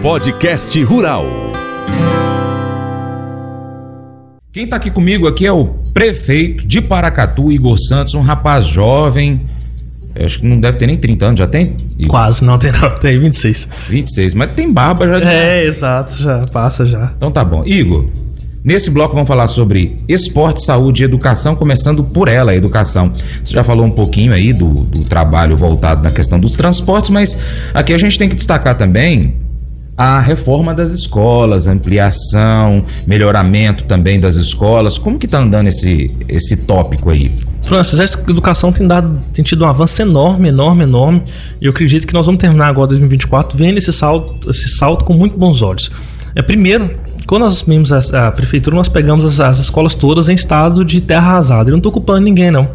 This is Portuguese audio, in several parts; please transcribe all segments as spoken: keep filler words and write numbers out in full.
Podcast Rural. Quem está aqui comigo aqui é o prefeito de Paracatu, Igor Santos, um rapaz jovem, acho que não deve ter nem trinta anos, já tem? Igor? Quase, não tem não, tem vinte e seis. vinte e seis, mas tem barba já. De... É, exato, já passa já. Então tá bom. Igor, nesse bloco vamos falar sobre esporte, saúde e educação, começando por ela, a educação. Você já falou um pouquinho aí do, do trabalho voltado na questão dos transportes, mas aqui a gente tem que destacar também a reforma das escolas, ampliação, melhoramento também das escolas. Como que tá andando esse, esse tópico aí? Francis, a educação tem, dado, tem tido um avanço enorme, enorme, enorme, e eu acredito que nós vamos terminar agora dois mil e vinte e quatro vendo esse salto, esse salto com muito bons olhos. É, primeiro, quando nós assumimos a, a prefeitura, nós pegamos as, as escolas todas em estado de terra arrasada. Eu não estou culpando ninguém, não.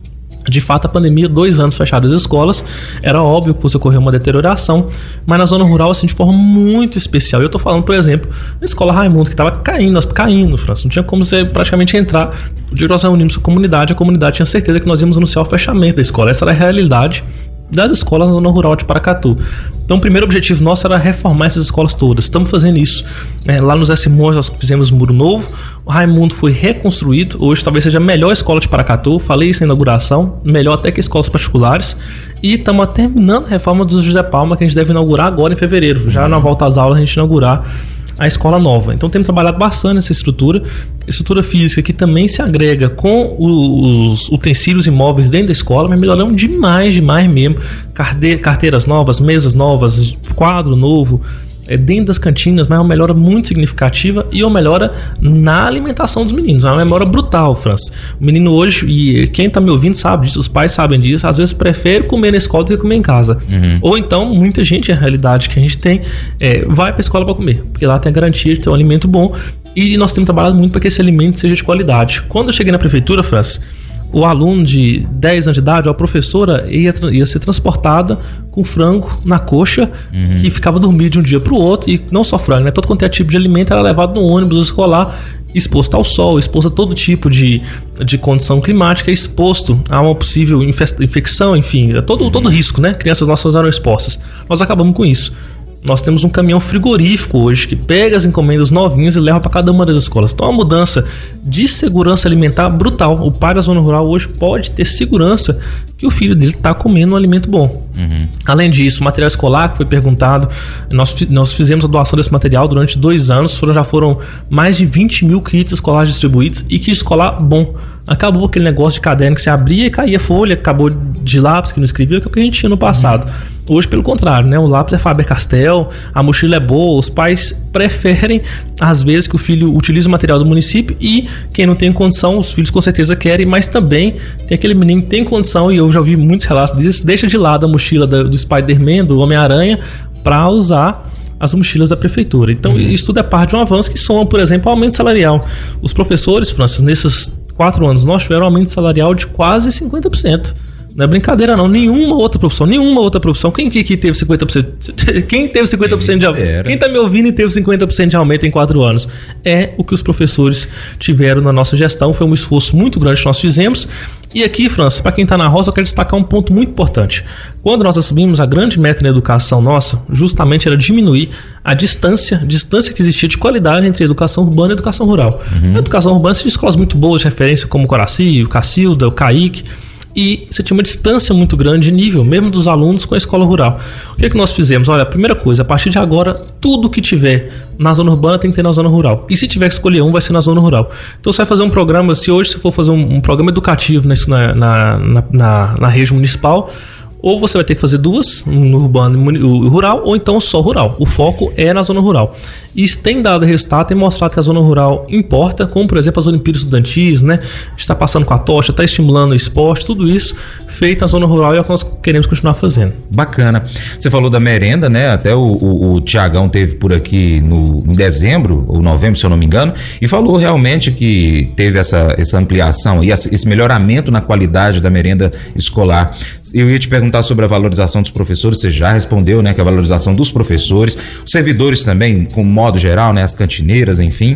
De fato, a pandemia, dois anos fechadas as escolas, era óbvio que fosse ocorrer uma deterioração, mas na zona rural, assim, de forma muito especial. Eu tô falando, por exemplo, da escola Raimundo, que tava caindo, nós caindo, França, não tinha como você praticamente entrar. O dia que nós reunimos com a comunidade, a comunidade tinha certeza que nós íamos anunciar o fechamento da escola. Essa era a realidade das escolas na zona rural de Paracatu. Então, o primeiro objetivo nosso era reformar essas escolas todas. Estamos fazendo isso. É, lá nos S M O nós fizemos muro novo. O Raimundo foi reconstruído. Hoje talvez seja a melhor escola de Paracatu. Falei isso na inauguração. Melhor até que escolas particulares. E estamos terminando a reforma do José Palma, que a gente deve inaugurar agora em fevereiro. Já na volta às aulas a gente inaugurar a escola nova. Então temos trabalhado bastante essa estrutura, estrutura física que também se agrega com os utensílios imóveis dentro da escola, mas melhoramos demais, demais mesmo. Carteiras novas, mesas novas, quadro novo, é, dentro das cantinas, mas é uma melhora muito significativa e uma melhora na alimentação dos meninos. É uma melhora brutal, França. O menino hoje, e quem tá me ouvindo sabe disso, os pais sabem disso, às vezes prefere comer na escola do que comer em casa. Uhum. Ou então, muita gente, a realidade que a gente tem, é, vai pra escola para comer, porque lá tem a garantia de ter um alimento bom e nós temos trabalhado muito para que esse alimento seja de qualidade. Quando eu cheguei na prefeitura, França, o aluno de dez anos de idade, a professora ia, ia ser transportada com frango na coxa, uhum, que ficava dormindo de um dia para o outro, e não só frango, né? Todo quanto é tipo de alimento era levado no ônibus escolar, exposto ao sol, exposto a todo tipo de, de condição climática, exposto a uma possível infecção, enfim, todo, todo risco, né? Crianças nossas eram expostas. Nós acabamos com isso. Nós temos um caminhão frigorífico hoje que pega as encomendas novinhas e leva para cada uma das escolas. Então, é uma mudança de segurança alimentar brutal. O pai da zona rural hoje pode ter segurança que o filho dele está comendo um alimento bom. Uhum. Além disso, material escolar que foi perguntado, nós, nós fizemos a doação desse material durante dois anos. Foram, já foram mais de vinte mil kits escolares distribuídos e kit escolar bom. Acabou aquele negócio de caderno que você abria e caía folha, acabou de lápis que não escrevia, que é o que a gente tinha no passado. Uhum. Hoje, pelo contrário, né? O lápis é Faber-Castell, a mochila é boa, os pais preferem, às vezes, que o filho utilize o material do município, e quem não tem condição, os filhos com certeza querem, mas também tem aquele menino que tem condição, e eu já ouvi muitos relatos disso, deixa de lado a mochila do Spider-Man, do Homem-Aranha, para usar as mochilas da prefeitura. Então, uhum, isso tudo é parte de um avanço que soma, por exemplo, ao aumento salarial. Os professores, Francis, nesses quatro anos, nós tivemos um aumento salarial de quase cinquenta por cento. Não é brincadeira, não. Nenhuma outra profissão, nenhuma outra profissão. Quem que, que teve cinquenta por cento? Quem teve cinquenta por cento de aumento? Quem tá me ouvindo e teve cinquenta por cento de aumento em quatro anos? É o que os professores tiveram na nossa gestão. Foi um esforço muito grande que nós fizemos. E aqui, França, para quem está na roça, eu quero destacar um ponto muito importante. Quando nós assumimos, a grande meta na educação nossa, justamente era diminuir a distância, distância que existia de qualidade entre a educação urbana e a educação rural. Uhum. A educação urbana, você tinha escolas muito boas de referência, como o Coraci, o Cacilda, o Caique, e você tinha uma distância muito grande de nível, mesmo dos alunos com a escola rural. O que é que nós fizemos? Olha, a primeira coisa, a partir de agora, tudo que tiver na zona urbana tem que ter na zona rural. E se tiver que escolher um, vai ser na zona rural. Então você vai fazer um programa, se hoje você for fazer um, um programa educativo nesse, na, na, na, na, na rede municipal, ou você vai ter que fazer duas, no urbano e rural, ou então só rural. O foco é na zona rural. E isso tem dado resultado, tem mostrado que a zona rural importa, como por exemplo as Olimpíadas Estudantis, né? A gente está passando com a tocha, está estimulando o esporte, tudo isso feito na zona rural, e é o que nós queremos continuar fazendo. Bacana. Você falou da merenda, né? Até o, o, o Tiagão teve por aqui no, em dezembro ou novembro, se eu não me engano, e falou realmente que teve essa, essa ampliação e esse melhoramento na qualidade da merenda escolar. Eu ia te perguntar sobre a valorização dos professores, você já respondeu, né? Que a valorização dos professores, os servidores também, com modo geral, né? As cantineiras, enfim.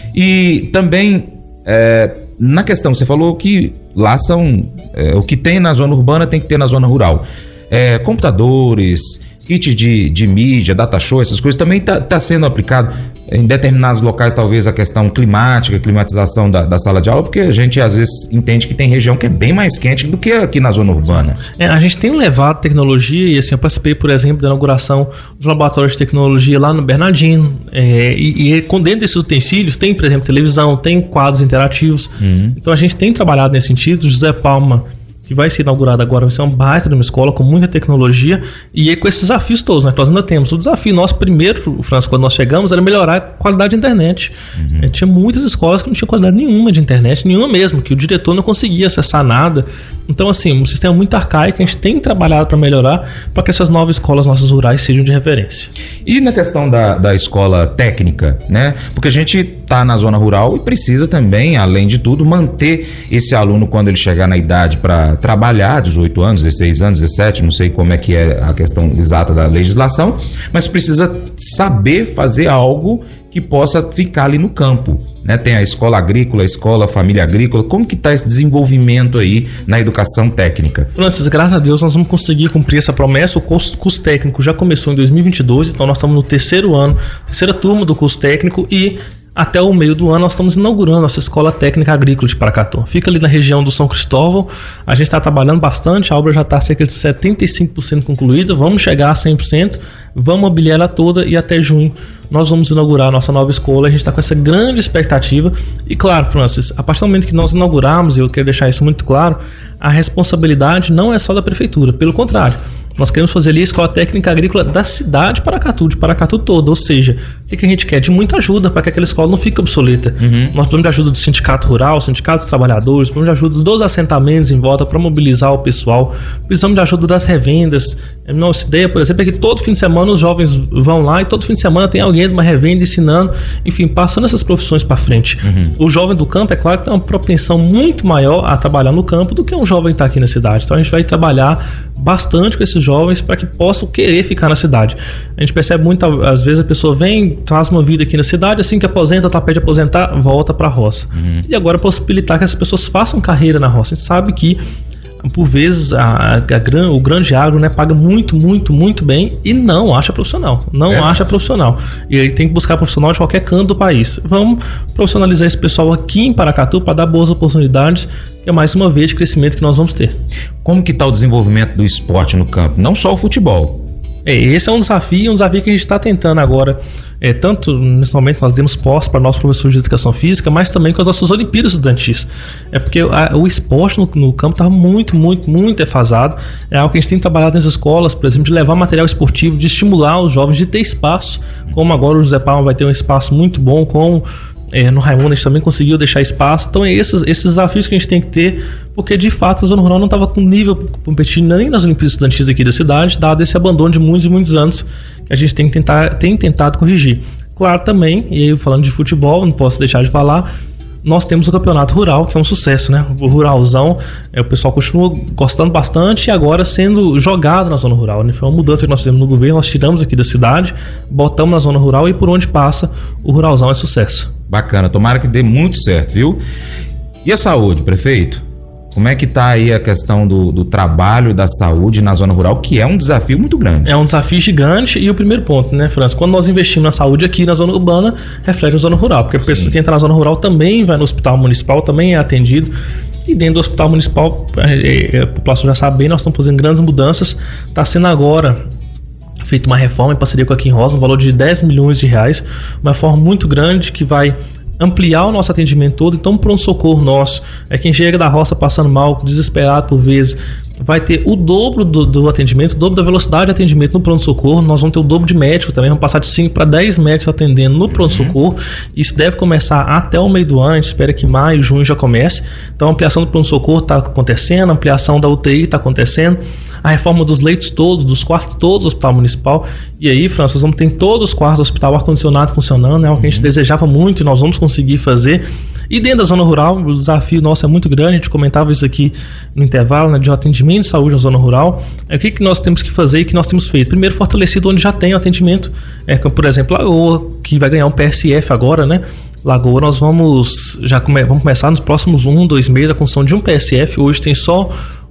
E também, é, na questão, você falou que lá são, é, o que tem na zona urbana tem que ter na zona rural. É, computadores, kit de, de mídia, data show, essas coisas também está tá sendo aplicado em determinados locais, talvez a questão climática, climatização da, da sala de aula, porque a gente às vezes entende que tem região que é bem mais quente do que aqui na zona urbana. É, a gente tem levado tecnologia e assim, eu participei, por exemplo, da inauguração de um laboratório de tecnologia lá no Bernardino, é, e, e com dentro desses utensílios tem, por exemplo, televisão, tem quadros interativos, uhum. Então a gente tem trabalhado nesse sentido. José Palma, que vai ser inaugurada agora, vai ser um baita de uma escola com muita tecnologia e aí com esses desafios todos, né? Nós ainda temos o desafio nosso primeiro, França, quando nós chegamos, era melhorar a qualidade da internet. Uhum. É, tinha muitas escolas que não tinham qualidade nenhuma de internet, nenhuma mesmo, que o diretor não conseguia acessar nada. Então, assim, um sistema muito arcaico, a gente tem trabalhado para melhorar, para que essas novas escolas nossas rurais sejam de referência. E na questão da, da escola técnica, né? Porque a gente está na zona rural e precisa também, além de tudo, manter esse aluno quando ele chegar na idade para trabalhar, dezoito anos, dezesseis anos, dezessete, não sei como é que é a questão exata da legislação, mas precisa saber fazer algo que possa ficar ali no campo, né? Tem a escola agrícola, a escola família agrícola. Como que está esse desenvolvimento aí na educação técnica? Francis, graças a Deus nós vamos conseguir cumprir essa promessa. O curso, curso técnico já começou em dois mil e vinte e dois, então nós estamos no terceiro ano, terceira turma do curso técnico e até o meio do ano nós estamos inaugurando nossa Escola Técnica Agrícola de Paracatu. Fica ali na região do São Cristóvão. A gente está trabalhando bastante, a obra já está cerca de setenta e cinco por cento concluída. Vamos chegar a cem por cento, vamos mobiliar ela toda e até junho nós vamos inaugurar a nossa nova escola. A gente está com essa grande expectativa. E claro, Francis, a partir do momento que nós inaugurarmos, e eu quero deixar isso muito claro, a responsabilidade não é só da prefeitura, pelo contrário. Nós queremos fazer ali a Escola Técnica Agrícola da cidade de Paracatu, de Paracatu todo. Ou seja, o que a gente quer? De muita ajuda para que aquela escola não fique obsoleta. Uhum. Nós precisamos de ajuda do sindicato rural, sindicato dos trabalhadores, precisamos de ajuda dos assentamentos em volta para mobilizar o pessoal, precisamos de ajuda das revendas. A nossa ideia, por exemplo, é que todo fim de semana os jovens vão lá e todo fim de semana tem alguém de uma revenda ensinando, enfim, passando essas profissões para frente. Uhum. O jovem do campo, é claro que tem uma propensão muito maior a trabalhar no campo do que um jovem que está aqui na cidade. Então a gente vai trabalhar bastante com esses jovens para que possam querer ficar na cidade. A gente percebe muito, às vezes a pessoa vem, traz uma vida aqui na cidade, assim que aposenta, tá perto de aposentar, volta para a roça. Uhum. E agora possibilitar que as pessoas façam carreira na roça. A gente sabe que por vezes a, a, a, o grande agro, né, paga muito, muito, muito bem e não acha profissional. Não é. acha profissional. E aí tem que buscar profissional de qualquer canto do país. Vamos profissionalizar esse pessoal aqui em Paracatu para dar boas oportunidades, que é mais uma vez de crescimento que nós vamos ter. Como que está o desenvolvimento do esporte no campo? Não só o futebol. É, esse é um desafio, um desafio que a gente está tentando agora, é, tanto nesse momento nós demos posse para nossos professores de educação física, mas também com as nossas Olimpíadas estudantis. É porque a, o esporte no, no campo está muito, muito, muito defasado. É algo que a gente tem trabalhado nas escolas, por exemplo, de levar material esportivo, de estimular os jovens, de ter espaço, como agora o José Palma vai ter um espaço muito bom com... É, no Raimundo a gente também conseguiu deixar espaço. Então é esses, esses desafios que a gente tem que ter, porque de fato a zona rural não estava com nível para competir nem nas Olimpíadas Estudantis aqui da cidade, dado esse abandono de muitos e muitos anos que a gente tem, que tentar, tem tentado corrigir. Claro também, e aí falando de futebol, não posso deixar de falar, nós temos o campeonato rural, que é um sucesso, né? O ruralzão, é, o pessoal continua gostando bastante e agora sendo jogado na zona rural, né? Foi uma mudança que nós fizemos no governo, nós tiramos aqui da cidade, botamos na zona rural e por onde passa, o ruralzão é sucesso. Bacana, tomara que dê muito certo, viu? E a saúde, prefeito? Como é que está aí a questão do, do trabalho da saúde na zona rural, que é um desafio muito grande? É um desafio gigante e o primeiro ponto, né, França? Quando nós investimos na saúde aqui na zona urbana, reflete na zona rural, porque a pessoa que entra na zona rural também vai no hospital municipal, também é atendido. E dentro do hospital municipal, a, a população já sabe bem, nós estamos fazendo grandes mudanças. Está sendo agora feita uma reforma em parceria com a Kim Rosa, no valor de dez milhões de reais, uma reforma muito grande que vai ampliar o nosso atendimento todo. Então, pronto-socorro nosso, é quem chega da roça passando mal, desesperado por vezes, vai ter o dobro do, do atendimento, o dobro da velocidade de atendimento no pronto-socorro. Nós vamos ter o dobro de médicos também, vamos passar de cinco para dez médicos atendendo no pronto-socorro. Isso deve começar até o meio do ano, a gente espera que maio, junho já comece. Então a ampliação do pronto-socorro está acontecendo, a ampliação da U T I está acontecendo, a reforma dos leitos todos, dos quartos todos do hospital municipal. E aí, França, nós vamos ter em todos os quartos do hospital ar-condicionado funcionando, é algo que a gente desejava muito e nós vamos conseguir fazer. E dentro da zona rural, o desafio nosso é muito grande, a gente comentava isso aqui no intervalo, né, de atendimento de saúde na zona rural. É, o que, que nós temos que fazer e que nós temos feito? Primeiro, fortalecido onde já tem o atendimento, é, por exemplo, Lagoa, que vai ganhar um P S F agora, né? Lagoa, nós vamos já come, vamos começar nos próximos um, dois meses a construção de um P S F. Hoje tem só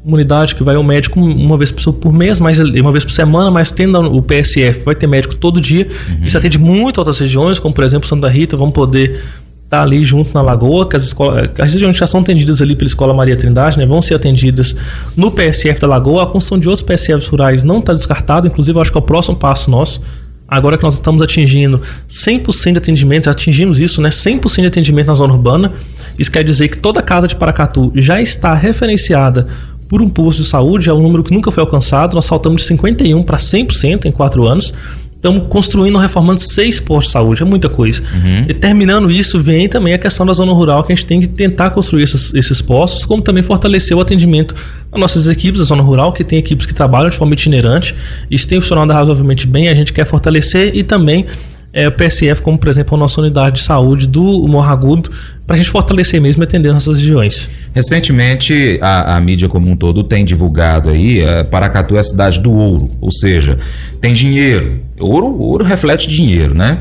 uma unidade que vai ao médico uma vez por mês, mas uma vez por semana, mas tendo o P S F, vai ter médico todo dia. Uhum. Isso atende muito outras regiões, como por exemplo Santa Rita, vamos poder estar ali junto na Lagoa, que as, escolas, as regiões já são atendidas ali pela Escola Maria Trindade, né, vão ser atendidas no P S F da Lagoa. A construção de outros P S Fs rurais não está descartada, inclusive eu acho que é o próximo passo nosso. Agora que nós estamos atingindo cem por cento de atendimento, já atingimos isso, né? cem por cento de atendimento na zona urbana. Isso quer dizer que toda casa de Paracatu já está referenciada por um posto de saúde, é um número que nunca foi alcançado. Nós saltamos de cinquenta e um por cento para cem por cento em quatro anos. Estamos construindo, reformando seis postos de saúde, é muita coisa. Uhum. E terminando isso, vem também a questão da zona rural, que a gente tem que tentar construir esses, esses postos, como também fortalecer o atendimento das nossas equipes da zona rural, que tem equipes que trabalham de forma itinerante. Isso tem funcionado razoavelmente bem, a gente quer fortalecer, e também é, o P S F, como por exemplo a nossa unidade de saúde do Morro Agudo, para a gente fortalecer mesmo e atender nossas regiões. Recentemente, a, a mídia como um todo tem divulgado aí, é, Paracatu é a cidade do ouro, ou seja, tem dinheiro. Ouro, ouro reflete dinheiro, né?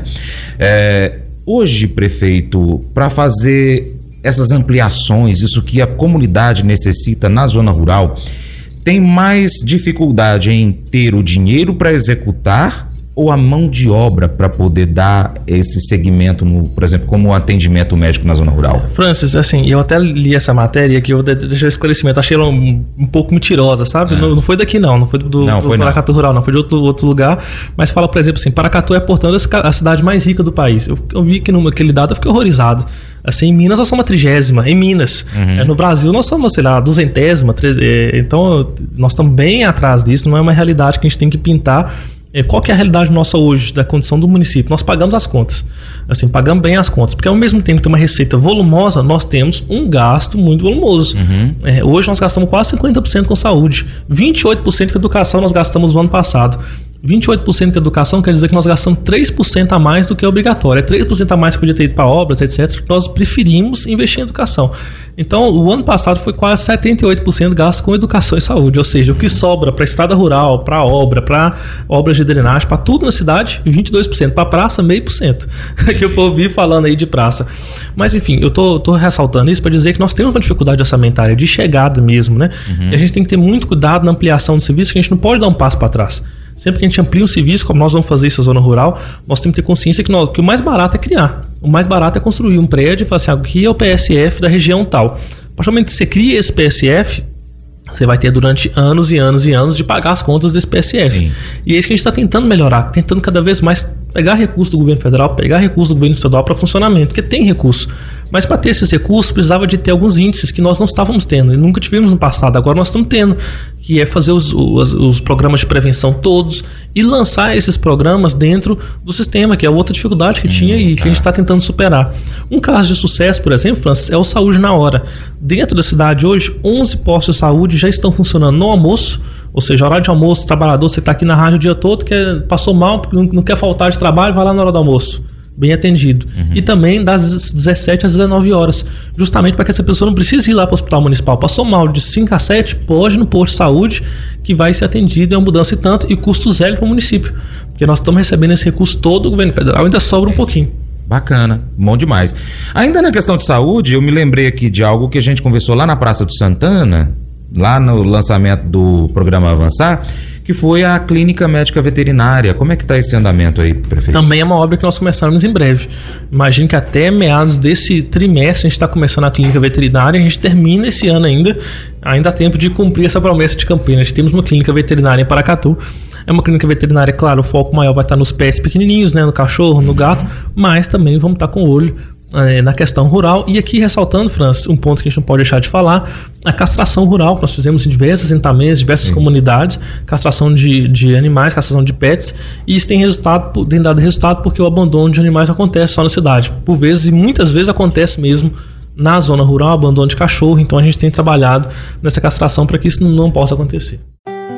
É, hoje, prefeito, para fazer essas ampliações, isso que a comunidade necessita na zona rural, tem mais dificuldade em ter o dinheiro para executar ou a mão de obra para poder dar esse segmento, no, por exemplo, como o atendimento médico na zona rural? Francis, assim, eu até li essa matéria aqui, eu deixei o esclarecimento, achei ela um, um pouco mentirosa, sabe? É. Não, não foi daqui não, não foi do, não, do foi Paracatu não. Rural, não, foi de outro, outro lugar, mas fala, por exemplo, assim, Paracatu é, portanto, a cidade mais rica do país. Eu, eu vi que naquele dado eu fiquei horrorizado. Assim, em Minas nós somos a trigésima, em Minas. Uhum. É, no Brasil nós somos, sei lá, duzentésima, tre... é, então nós estamos bem atrás disso, não é uma realidade que a gente tem que pintar. Qual que é a realidade nossa hoje, da condição do município? Nós pagamos as contas, assim, pagamos bem as contas, porque ao mesmo tempo que tem uma receita volumosa, nós temos um gasto muito volumoso. Uhum. É, hoje nós gastamos quase cinquenta por cento com saúde, vinte e oito por cento com educação nós gastamos no ano passado. vinte e oito por cento com educação quer dizer que nós gastamos três por cento a mais do que é obrigatório. É três por cento a mais que podia ter ido para obras, etcétera. Nós preferimos investir em educação. Então, o ano passado foi quase setenta e oito por cento gasto com educação e saúde. Ou seja, o que sobra para estrada rural, para obra, para obras de drenagem, para tudo na cidade, vinte e dois por cento. Para praça, meio por cento. Que eu ouvi falando aí de praça. Mas, enfim, eu tô, tô ressaltando isso para dizer que nós temos uma dificuldade orçamentária de chegada mesmo, né? Uhum. E a gente tem que ter muito cuidado na ampliação do serviço, que a gente não pode dar um passo para trás. Sempre que a gente amplia um serviço, como nós vamos fazer isso na zona rural, nós temos que ter consciência que, nós, que o mais barato é criar. O mais barato é construir um prédio e falar assim, aqui é o P S F da região tal. A partir do momento que você cria esse P S F, você vai ter durante anos e anos e anos de pagar as contas desse P S F. Sim. E é isso que a gente está tentando melhorar, tentando cada vez mais pegar recursos do governo federal, pegar recursos do governo estadual para funcionamento, porque tem recurso. Mas para ter esses recursos, precisava de ter alguns índices que nós não estávamos tendo e nunca tivemos no passado. Agora nós estamos tendo, que é fazer os, os, os programas de prevenção todos e lançar esses programas dentro do sistema, que é outra dificuldade que hum, tinha e que a gente está tentando superar. Um caso de sucesso, por exemplo, Francis, é o Saúde na Hora. Dentro da cidade hoje, onze postos de saúde já estão funcionando no almoço, ou seja, horário de almoço, trabalhador, você está aqui na rádio o dia todo, quer, passou mal, não, não quer faltar de trabalho, vai lá na hora do almoço. Bem atendido. Uhum. E também das dezessete às dezenove horas, justamente para que essa pessoa não precise ir lá para o hospital municipal. Passou mal de cinco a sete, pode ir no posto de saúde, que vai ser atendido, é uma mudança e tanto, e custo zero para o município. Porque nós estamos recebendo esse recurso todo do governo federal, ainda sobra um pouquinho. Bacana, bom demais. Ainda na questão de saúde, eu me lembrei aqui de algo que a gente conversou lá na Praça do Santana, lá no lançamento do programa Avançar, que foi a Clínica Médica Veterinária. Como é que está esse andamento aí, prefeito? Também é uma obra que nós começamos em breve. Imagino que até meados desse trimestre a gente está começando a Clínica Veterinária, a gente termina esse ano ainda, ainda há tempo de cumprir essa promessa de campanha. Nós temos uma Clínica Veterinária em Paracatu. É uma clínica veterinária, claro, o foco maior vai estar nos pets pequenininhos, né, no cachorro, no gato, mas também vamos estar com o olho é, na questão rural. E aqui ressaltando, Francis, um ponto que a gente não pode deixar de falar, a castração rural, que nós fizemos em diversos assentamentos, diversas Sim. comunidades, castração de, de animais, castração de pets, e isso tem resultado, tem dado resultado porque o abandono de animais acontece só na cidade. Por vezes, e muitas vezes acontece mesmo na zona rural, abandono de cachorro, então a gente tem trabalhado nessa castração para que isso não, não possa acontecer.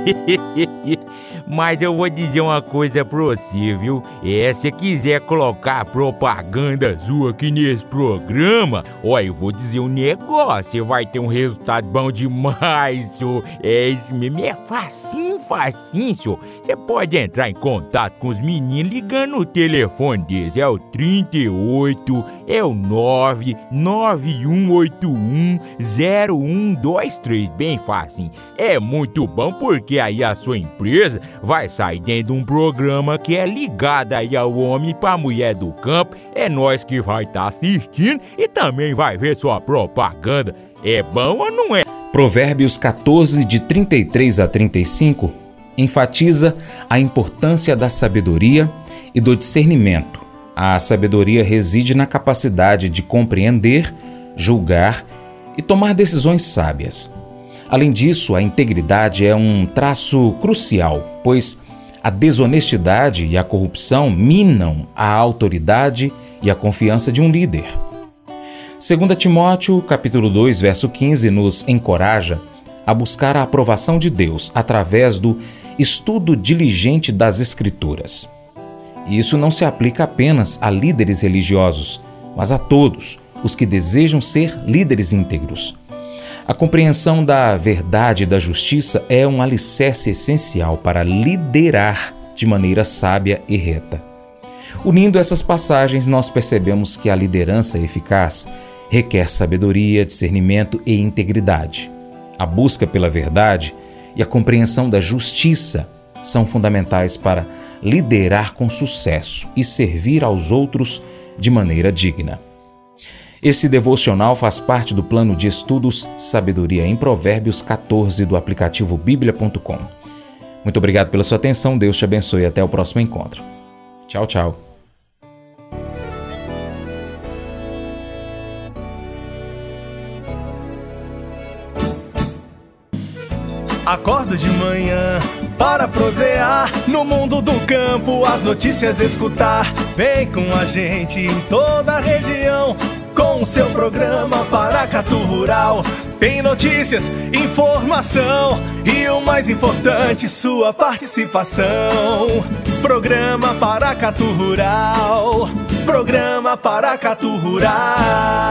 Mas eu vou dizer uma coisa pra você, viu? É, se quiser colocar propaganda sua aqui nesse programa, ó, eu vou dizer um negócio, você vai ter um resultado bom demais, senhor. É isso mesmo, é facinho, facinho, senhor. Você pode entrar em contato com os meninos ligando o telefone deles, é o trinta e oito, é o nove nove um oito um zero um dois três, bem facinho. É muito bom porque aí a sua empresa vai sair dentro de um programa que é ligado aí ao homem pra mulher do campo. É nós que vai estar tá assistindo e também vai ver sua propaganda. É bom ou não é? Provérbios quatorze, de trinta e três a trinta e cinco, enfatiza a importância da sabedoria e do discernimento. A sabedoria reside na capacidade de compreender, julgar e tomar decisões sábias. Além disso, a integridade é um traço crucial, pois a desonestidade e a corrupção minam a autoridade e a confiança de um líder. Segundo Timóteo, capítulo dois, verso quinze, nos encoraja a buscar a aprovação de Deus através do estudo diligente das Escrituras. E isso não se aplica apenas a líderes religiosos, mas a todos os que desejam ser líderes íntegros. A compreensão da verdade e da justiça é um alicerce essencial para liderar de maneira sábia e reta. Unindo essas passagens, nós percebemos que a liderança eficaz requer sabedoria, discernimento e integridade. A busca pela verdade e a compreensão da justiça são fundamentais para liderar com sucesso e servir aos outros de maneira digna. Esse devocional faz parte do plano de estudos Sabedoria em Provérbios quatorze do aplicativo bíblia ponto com. Muito obrigado pela sua atenção, Deus te abençoe e até o próximo encontro. Tchau, tchau. Acordo de manhã para prosear no mundo do campo, as notícias escutar. Vem com a gente em toda a região com o seu programa Paracatu Rural. Tem notícias, informação e o mais importante, sua participação. Programa Paracatu Rural. Programa Paracatu Rural.